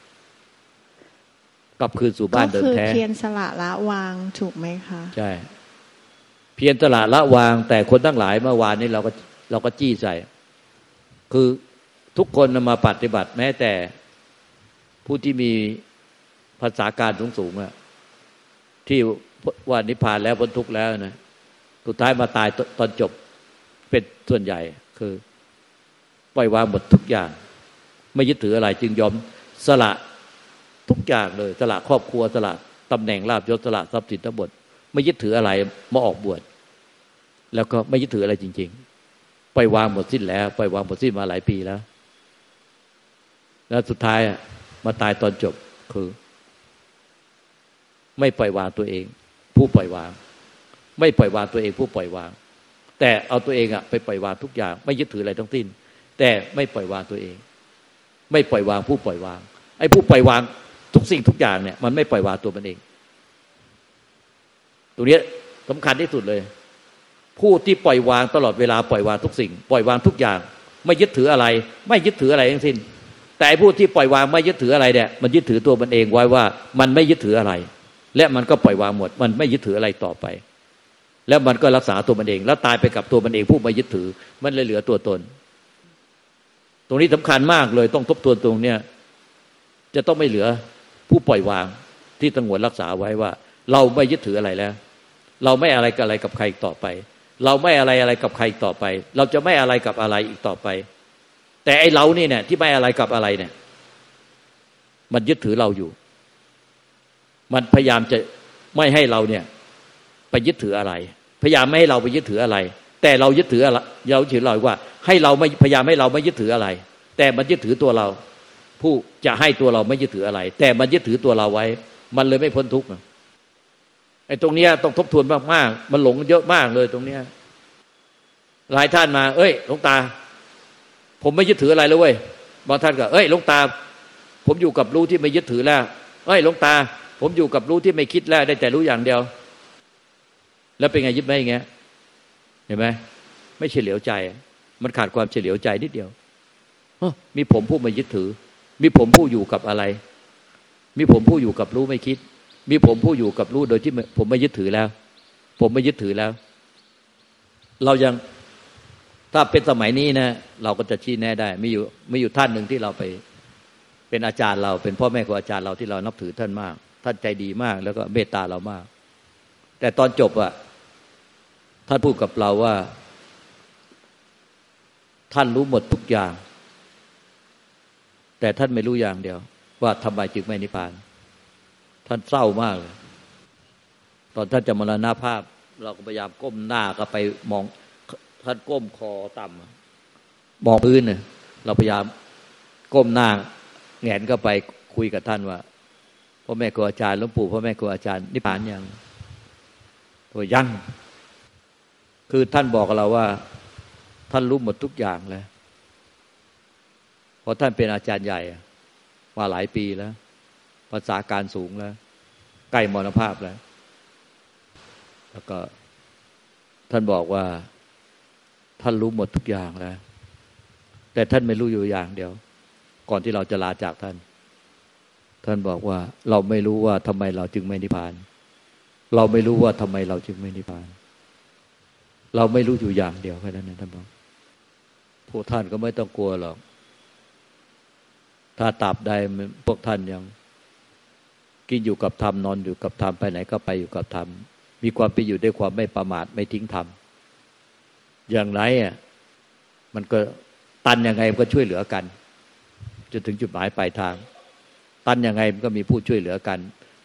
กลับคืนสู่บ้านเดิมแท้ก็คือเพียรสละละวางถูกไหมคะใช่เพียรสละละวางแต่คนทั้งหลายเมื่อวานนี้เราก็เราก็จี้ใส่คือทุกคนมาปฏิบัติแม้แต่ผู้ที่มีภาษาการสูงๆอะที่ว่านิพพานแล้วพ้นทุกข์แล้วนะสุดท้ายมาตายตอนจบเป็นส่วนใหญ่คือปล่อยวางหมดทุกอย่างไม่ยึดถืออะไรจึงยอมสละทุกอย่างเลยสละครอบครัวสละตำแหน่งลาภยศสละทรัพย์สินทั้งหมดไม่ยึดถืออะไรมาออกบวชแล้วก็ไม่ยึดถืออะไรจริงๆปล่อยวางหมดสิ้นแล้วปล่อยวางหมดสิ้นมาหลายปีแล้วแล้วสุดท้ายมาตายตอนจบคือไม่ปล่อยวางตัวเองผู้ปล่อยวางไม่ปล่อยวางตัวเองผู้ปล่อยวางแต่เอาตัวเองอะไปปล่อยวางทุกอย่างไม่ยึดถืออะไรทั้งสิ้นแต่ไม่ปล่อยวางตัวเองไม่ปล่อยวางผู้ปล่อยวางไอ้ผู้ปล่อยวางทุกสิ่งทุกอย่างเนี่ยมันไม่ปล่อยวางตัวมันเองตรงนี้สำคัญที่สุดเลยผู้ที่ปล่อยวางตลอดเวลาปล่อยวางทุกสิ่งปล่อยวางทุกอย่างไม่ยึดถืออะไรไม่ยึดถืออะไรทั้งสิ้นแต่ผู้ที่ปล่อยวางไม่ยึดถืออะไรเนี่ยมันยึดถือตัวมันเองไว้ว่ามันไม่ยึดถืออะไรและมันก็ปล่อยวางหมดมันไม่ยึดถืออะไรต่อไปแล้วมันก็รักษาตัวมันเองแล้วตายไปกับตัวมันเองผู้ไม่ยึดถือมันเลยเหลือตัวตนตรงนี้สำคัญมากเลยต้องทบทวนตรงเนี้ยจะต้องไม่เหลือผู้ปล่อยวางที่สงวนรักษาไว้ว่าเราไม่ยึดถืออะไรแล้วเราไม่อะไรกับอะไรกับใครต่อไปเราไม่อะไรอะไรกับใครต่อไปเราจะไม่อะไรกับอะไรอีกต่อไปแต่ไอ้เรานี่เนี่ยที่ไม่อะไรกับอะไรเนี่ยมันยึดถือเราอยู่มันพยายามจะไม่ให้เราเนี่ยไปยึดถืออะไรพยายามไม่ให้เราไปยึดถืออะไรแต่เรายึดถืออะไรเราถือเราว่าให้เราไม่พยายามให้เราไม่ยึดถืออะไรแต่มันยึดถือตัวเราผู้จะให้ตัวเราไม่ยึดถืออะไรแต่มันยึดถือตัวเราไว้มันเลยไม่พ้นทุกข์ไอ้ตรงเนี้ยต้องทบทวนมากๆมันหลงเยอะมากเลยตรงเนี้ยหลายท่านมาเอ้ยหลวงตาผมไม่ยึดถืออะไรเลยเว้ยบางท่านก็เอ้ยหลวงตาผมอยู่กับรู้ที่ไม่ยึดถือแล้วเอ้ยหลวงตาผมอยู่กับรู้ที่ไม่คิดแล้วได้แต่รู้อย่างเดียวแล้วเป็นไงยึดไหมอย่างเงี้ยเห็นไหมไม่เฉลียวใจมันขาดความเฉลียวใจนิดเดียวมีผมผู้ไม่ยึดถือมีผมผู้อยู่กับอะไรมีผมผู้อยู่กับรู้ไม่คิดมีผมผู้อยู่กับรู้โดยที่ผมไม่ยึดถือแล้วผมไม่ยึดถือแล้วเรายังถ้าเป็นสมัยนี้นะเราก็จะชี้แนะได้มีอยู่มีอยู่ท่านหนึ่งที่เราไปเป็นอาจารย์เราเป็นพ่อแม่ครูอาจารย์เราที่เรานับถือท่านมากท่านใจดีมากแล้วก็เมตตาเรามากแต่ตอนจบอะท่านพูดกับเราว่าท่านรู้หมดทุกอย่างแต่ท่านไม่รู้อย่างเดียวว่าทำไมจึงไม่นิพพานท่านเศร้ามากเลยตอนท่านจะมรณภาพเราก็พยายามก้มหน้าก็ไปมองท่านก้มคอต่ำมองพื้นเนี่ยเราพยายามก้มหน้าแหงนก็ไปคุยกับท่านว่าพ่อแม่ครูอาจารย์หลวงปู่พ่อแม่ครูอาจารย์นิพพานยังตัวยังคือท่านบอกกับเราว่าท่านรู้หมดทุกอย่างแล้วเพราะท่านเป็นอาจารย์ใหญ่มาหลายปีแล้วภาษาการสูงแล้วใกล้มรณภาพแล้วแล้วก็ท่านบอกว่าท่านรู้หมดทุกอย่างแล้วแต่ท่านไม่รู้อยู่อย่างเดียวก่อนที่เราจะลาจากท่านท่านบอกว่าเราไม่รู้ว่าทำไมเราจึงไม่นิพพานเราไม่รู้ว่าทำไมเราจึงไม่นิพพานเราไม่รู้อยู่อย่างเดียวแค่นั้นนะท่านบอกพวกท่านก็ไม่ต้องกลัวหรอกถ้าตราบใดพวกท่านยังกินอยู่กับธรรมนอนอยู่กับธรรมไปไหนก็ไปอยู่กับธรรมมีความเป็นอยู่ด้วยความไม่ประมาทไม่ทิ้งธรรมอย่างไรอ่ะมันก็ตันยังไงมันก็ช่วยเหลือกันจนถึงจุดหมายปลายทางตันยังไงมันก็มีผู้ช่วยเหลือกัน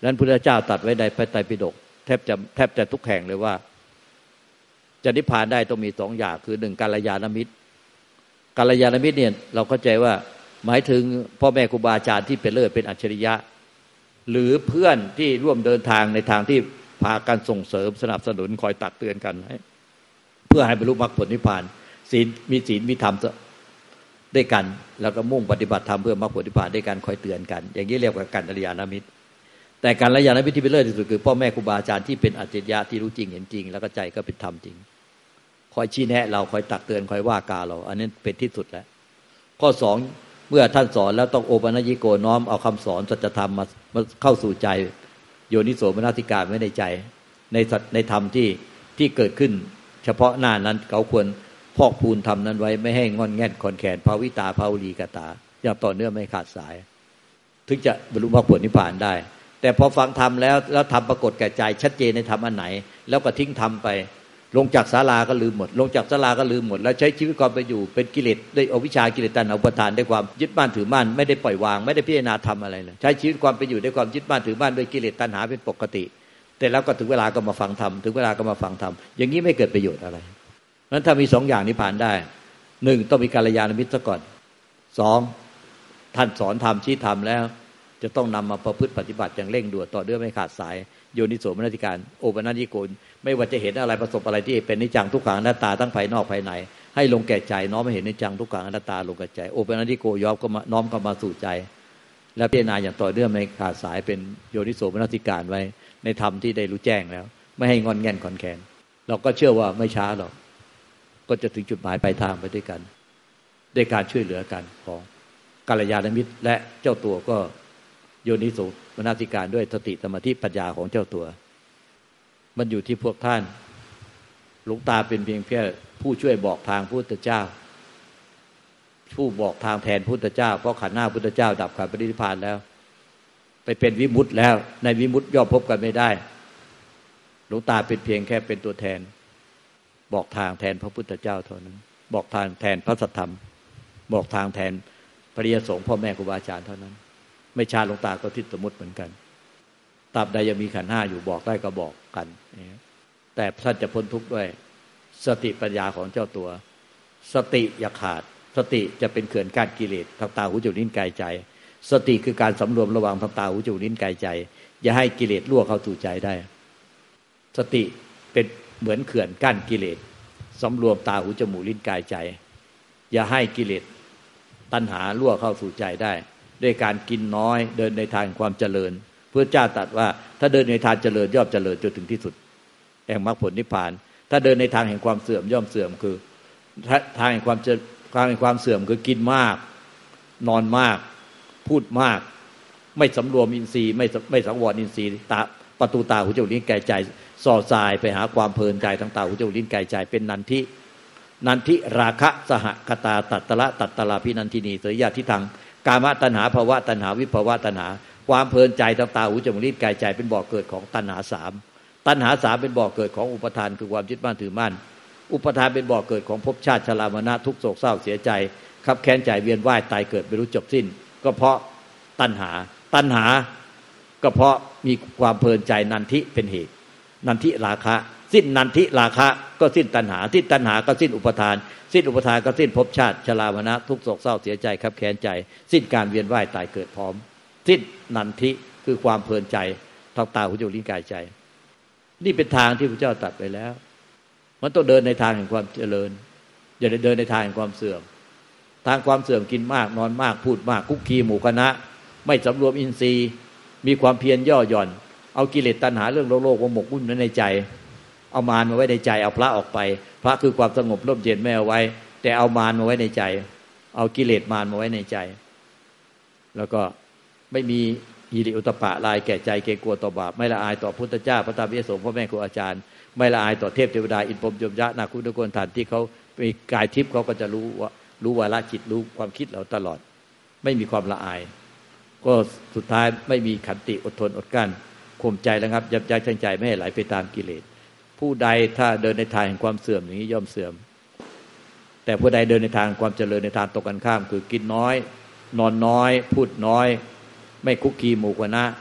นั้นพระพุทธเจ้าตรัสไว้ในพระไตรปิฎกแทบจะแทบจะทุกแห่งเลยว่าจะนิพพานได้ต้องมีสองอย่างคือหนึ่งกัลยาณมิตรกัลยาณมิตรเนี่ยเราเข้าใจว่าหมายถึงพ่อแม่ครูบาอาจารย์ที่เป็นเลิศเป็นอัจฉริยะหรือเพื่อนที่ร่วมเดินทางในทางที่พากันส่งเสริมสนับสนุนคอยตักเตือนกันให้เพื่อให้บรรลุมรรคผลนิพพานศีลมีศีลมีธรรมด้วยกันแล้วก็มุ่งปฏิบัติธรรมเพื่อมรรคผลนิพพานด้วยกันคอยเตือนกันอย่างนี้เรียกว่ากัลยาณมิตรแต่กัลยาณมิตรที่เป็นเลิศที่สุดคือพ่อแม่ครูบาอาจารย์ที่เป็นอัจฉริยะที่รู้จริงเห็นจริงแล้วก็ใจก็เป็นธรรมจริงคอยชี้แนะเราคอยตักเตือนคอยว่ากล่าวเราอันนี้เป็นที่สุดแล้วข้อสองเมื่อท่านสอนแล้วต้องโอปัญญิโกน้อมเอาคำสอนสัจธรรมมามาเข้าสู่ใจโยนิโสมนสิการไว้ในใจในในธรรมที่ที่เกิดขึ้นเฉพาะหน้านั้นเขาควรพอกพูนธรรมนั้นไว้ไม่ให้งอนแง่นคอนแขนภาวิตาภาวลีกตาอย่างต่อเนื่องไม่ขาดสายถึงจะบรรลุมรรคผลนิพพานได้แต่พอฟังธรรมแล้วแล้วธรรมปรากฏแก่ใจชัดเจนในธรรมอันไหนแล้วก็ทิ้งธรรมไปลงจากศาลาก็ลืมหมดลงจากศาลาก็ลืมหมดแล้วใช้ชีวิตความเป็นอยู่เป็นกิเลสด้วยอวิชชากิเลสตัณหาอุปาทานด้วยความยึดมั่นถือมั่นไม่ได้ปล่อยวางไม่ได้พิจารณาธรรมอะไรเลยใช้ชีวิตความเป็นอยู่ด้วยความยึดมั่นถือมั่นด้วยกิเลสตัณหาเป็นปกติแต่แล้วก็ถึงเวลาก็มาฟังธรรมถึงเวลาก็มาฟังธรรมอย่างนี้ไม่เกิดประโยชน์อะไรนั้นถ้ามีสองอย่างนี้ผ่านได้หนึ่งต้องมีกัลยาณมิตรซะก่อนสองท่านสอนธรรมชี้ธรรมแล้วจะต้องนำมาประพฤติปฏิบัติอย่างเร่งด่วนต่อเนื่องไม่ขาดสายโยนิโสมนสิการโอปัญญิโกไม่ว่าจะเห็นอะไรประสบอะไรที่เป็นนิจจังทุกขังอนัตตาทั้งภายนอกภายในให้ลงแก่ใจน้อมไม่เห็นนิจจังทุกขังอนัตตาลงแก่ใจโอปัญญิโกยอมก็มาน้อมเข้ามาสู่ใจและพิจารณาอย่างต่อเนื่องไม่ขาดสายเป็นโยนิโสมนสิการไว้ในธรรมที่ได้รู้แจ้งแล้วไม่ให้งอนแง่นขอนแขนเราก็เชื่อว่าไม่ช้าหรอกก็จะถึงจุดหมายปลายทางไปด้วยกันด้วยการช่วยเหลือกันของกัลยาณมิตรและเจ้าตัวก็โยนิโสมนสิการด้วยสติสมาธิปัญญาของเจ้าตัวมันอยู่ที่พวกท่านหลวงตาเป็นเพียงแค่ผู้ช่วยบอกทางพุทธเจ้าผู้บอกทางแทนพุทธเจ้าเพราะขันธ์หน้าพุทธเจ้าดับขันธ์ปรินิพพานแล้วไปเป็นวิมุตติแล้วในวิมุตติย่อมพบกันไม่ได้หลวงตาเป็นเพียงแค่เป็นตัวแทนบอกทางแทนพระพุทธเจ้าเท่านั้นบอกทางแทนพระสัทธรรมบอกทางแทนพระอริยสงฆ์พ่อแม่ครูบาอาจารย์เท่านั้นไม่ช้าหลวงตาก็ทิฏฐสมมุติเหมือนกันตราบใดยังมีขันธ์ห้าอยู่บอกได้ก็บอกกันแต่ท่านจะพ้นทุกข์ด้วยสติปัญญาของเจ้าตัวสติอย่าขาดสติจะเป็นเขื่อนกั้นกิเลสทางตาหูจมูกลิ้นกายใจสติคือการสำรวมระวังทางตาหูจมูกลิ้นกายใจอย่าให้กิเลสรั่วเข้าสู่ใจได้สติเป็นเหมือนเขื่อนกั้นกิเลสสำรวมตาหูจมูกลิ้นกายใจอย่าให้กิเลสตัณหารั่วเข้าสู่ใจได้ด้วยการกินน้อยเดินในทางความเจริญพระเจ้าตรัสว่าถ้าเดินในทางเจริญย่อมเจริญจนถึงที่สุดแห่งมรรคผลนิพพานถ้าเดินในทางแห่งความเสื่อมย่อมเสื่อมคือทางแห่งความเจริญทางแห่งความเสื่อมคือกินมากนอนมากพูดมากไม่สำรวมอินทรีย์ไม่ไม่สังวรอินทรีย์ตาประตูตาหูจมูกลิ้นกายใจส่อสายไปหาความเพลินใจทางตาหูจมูกลิ้นกายใจเป็นนันทินันทิราคะสหคตาตัตตละตัตตลาภินันทินีสยะทิทังกามตัณหาภวะตัณหาวิภวะตัณหาความเพลินใจทางตาหูจมูกลิ้นกายใจเป็นบ่อเกิดของตัณหาสามตัณหาสามเป็นบ่อเกิดของอุปทานคือความยึดมั่นถือมั่นอุปทานเป็นบ่อเกิดของภพชาติชรามรณะทุกข์โศกเศร้าเสียใจคับแค้นใจเวียนว่ายตายเกิดไม่รู้จบสิ้นก็เพราะตัณหาตัณหาก็เพราะมีความเพลินใจนันทิเป็นเหตุนันทิราคะสิ้นนันทิราคะก็สิ้นตัณหาสิ้นตัณหาก็สิ้นอุปทานสิ้นอุปทานก็สิ้นภพชาติชรามรณะทุกข์โศกเศร้าเสียใจคับแค้นใจสิ้นการเวียนว่ายตายเกิดพร้อมสิ้นนันทิคือความเพลินใจทางตาหูจมูกลิ้นกายใจนี่เป็นทางที่พระเจ้าตรัสไปแล้วมันต้องเดินในทางแห่งความเจริญอย่าได้เดินในทางแห่งความเสื่อมทางความเสื่อมกินมากนอนมากพูดมากคุกคีหมู่คณะไม่สำรวมอินทรีย์มีความเพียรย่อหย่อนเอากิเลสตัณหาเรื่องโลกโลกมาหมกมุ่นไว้ในใจเอามารมาไว้ในใจเอาพระออกไปพระคือความสงบร่มเย็นไม่เอาไว้แต่เอามารมาไว้ในใจเอากิเลสมารมาไว้ในใจแล้วก็ไม่มีหิริโอตปะลายแก่ใจเกรงกลัวต่อบาปไม่ละอายต่อพุทธเจ้าพระธรรมพระสงฆ์พ่อแม่ครูอาจารย์ไม่ละอายต่อเทพเทวดาอินทร์พรหมยมยะนาคุตโกนฐานที่เขามีกายทิพย์เขาก็จะรู้ว่ารู้วาระจิตรู้ความคิดเราตลอดไม่มีความละอายก็สุดท้ายไม่มีขันติอดทนอดกลั้นข่มใจแล้วครับยับยั้งชั่งใจไม่ให้ไหลไปตามกิเลสผู้ใดถ้าเดินในทางแห่งความเสื่อมอย่างนี้ย่อมเสื่อมแต่ผู้ใดเดินในทางความเจริญในทางตรงกันข้ามคือกินน้อยนอนน้อยพูดน้อยไม่คุกคีหมู่คณะ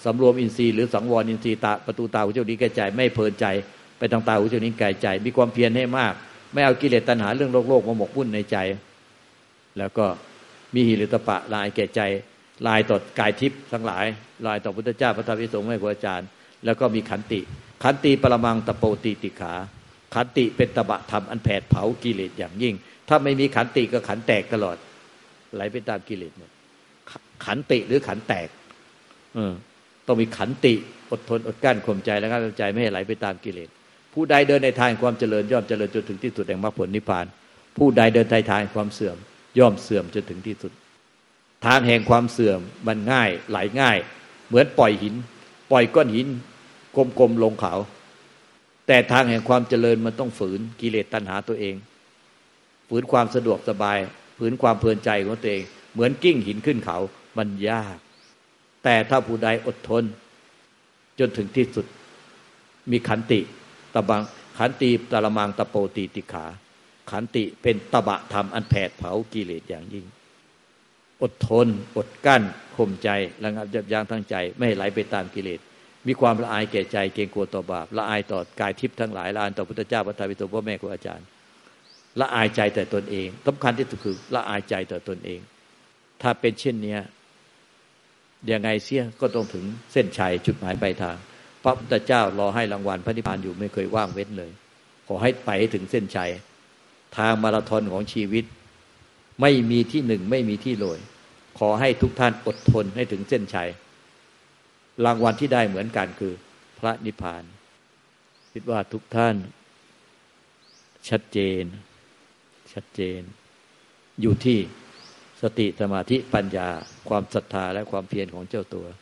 สำรวมอินทรีย์หรือสังวรอินทรีย์ตาประตูตาหูจมูกลิ้นกายใจไม่เพลินใจไปทางตาหูจมูกลิ้นกายใจมีความเพียรให้มากไม่เอากิเลสตัณหาเรื่องโลกโลกมาหมกมุ่นในใจแล้วก็มีหิริโอตปะลายแก่ใจลายต่อกายทิพย์ทั้งหลายลายต่อพุทธเจ้าพระธรรมพระสงฆ์ให้ครูอาจารย์แล้วก็มีขันติขันติปรมังตะโปติติขาขันติเป็นตบะธรรมอันแผดเผากิเลสอย่างยิ่งถ้าไม่มีขันติก็ขันแตกตลอดไหลไปตามกิเลสหมดขันติหรือขันแตกเออต้องมีขันติอดทนอดกั้นข่มใจและกั้นใจไม่ให้ไหลไปตามกิเลสผู้ใดเดินในทางความเจริญย่อมเจริญจนถึงที่สุดแห่งมรรคผลนิพพานผู้ใดเดินในทางความเสื่อมย่อมเสื่อมจนถึงที่สุดทางแห่งความเสื่อมมันง่ายไหลง่ายเหมือนปล่อยหินปล่อยก้อนหินกลมๆลงเขาแต่ทางแห่งความเจริญมันต้องฝืนกิเลสตัณหาตัวเองฝืนความสะดวกสบายฝืนความเพลินใจของตัวเองเหมือนกิ้งหินขึ้นเขามันยากแต่ถ้าผู้ใดอดทนจนถึงที่สุดมีขันติตะบังขันติตะละมังตะโปติติขาขันติเป็นตบะธรรมอันแผดเผากิเลสอย่างยิ่งอดทนอดกั้นข่มใจระงับยับยั้งทั้งใจไม่ให้ไหลไปตามกิเลสมีความละอายแก่ใจเกรงกลัวต่อบาปละอายต่อกายทิพย์ทั้งหลายละอายต่อพุทธเจ้าพระธรรมพระสงฆ์พ่อแม่ครูอาจารย์ละอายใจแต่ตนเองสำคัญที่สุดคือละอายใจต่อตนเองถ้าเป็นเช่นนี้ยังไงเสียก็ต้องถึงเส้นชัยจุดหมายปลายทางพระพุทธเจ้ารอให้รางวัลพระนิพพานอยู่ไม่เคยว่างเว้นเลยขอให้ไปให้ถึงเส้นชัยทางมาราธอนของชีวิตไม่มีที่หนึ่งไม่มีที่โรยขอให้ทุกท่านอดทนให้ถึงเส้นชัยรางวัลที่ได้เหมือนกันคือพระนิพพานคิดว่าทุกท่านชัดเจนชัดเจนอยู่ที่สติสมาธิปัญญาความศรัทธาและความเพียรของเจ้าตัว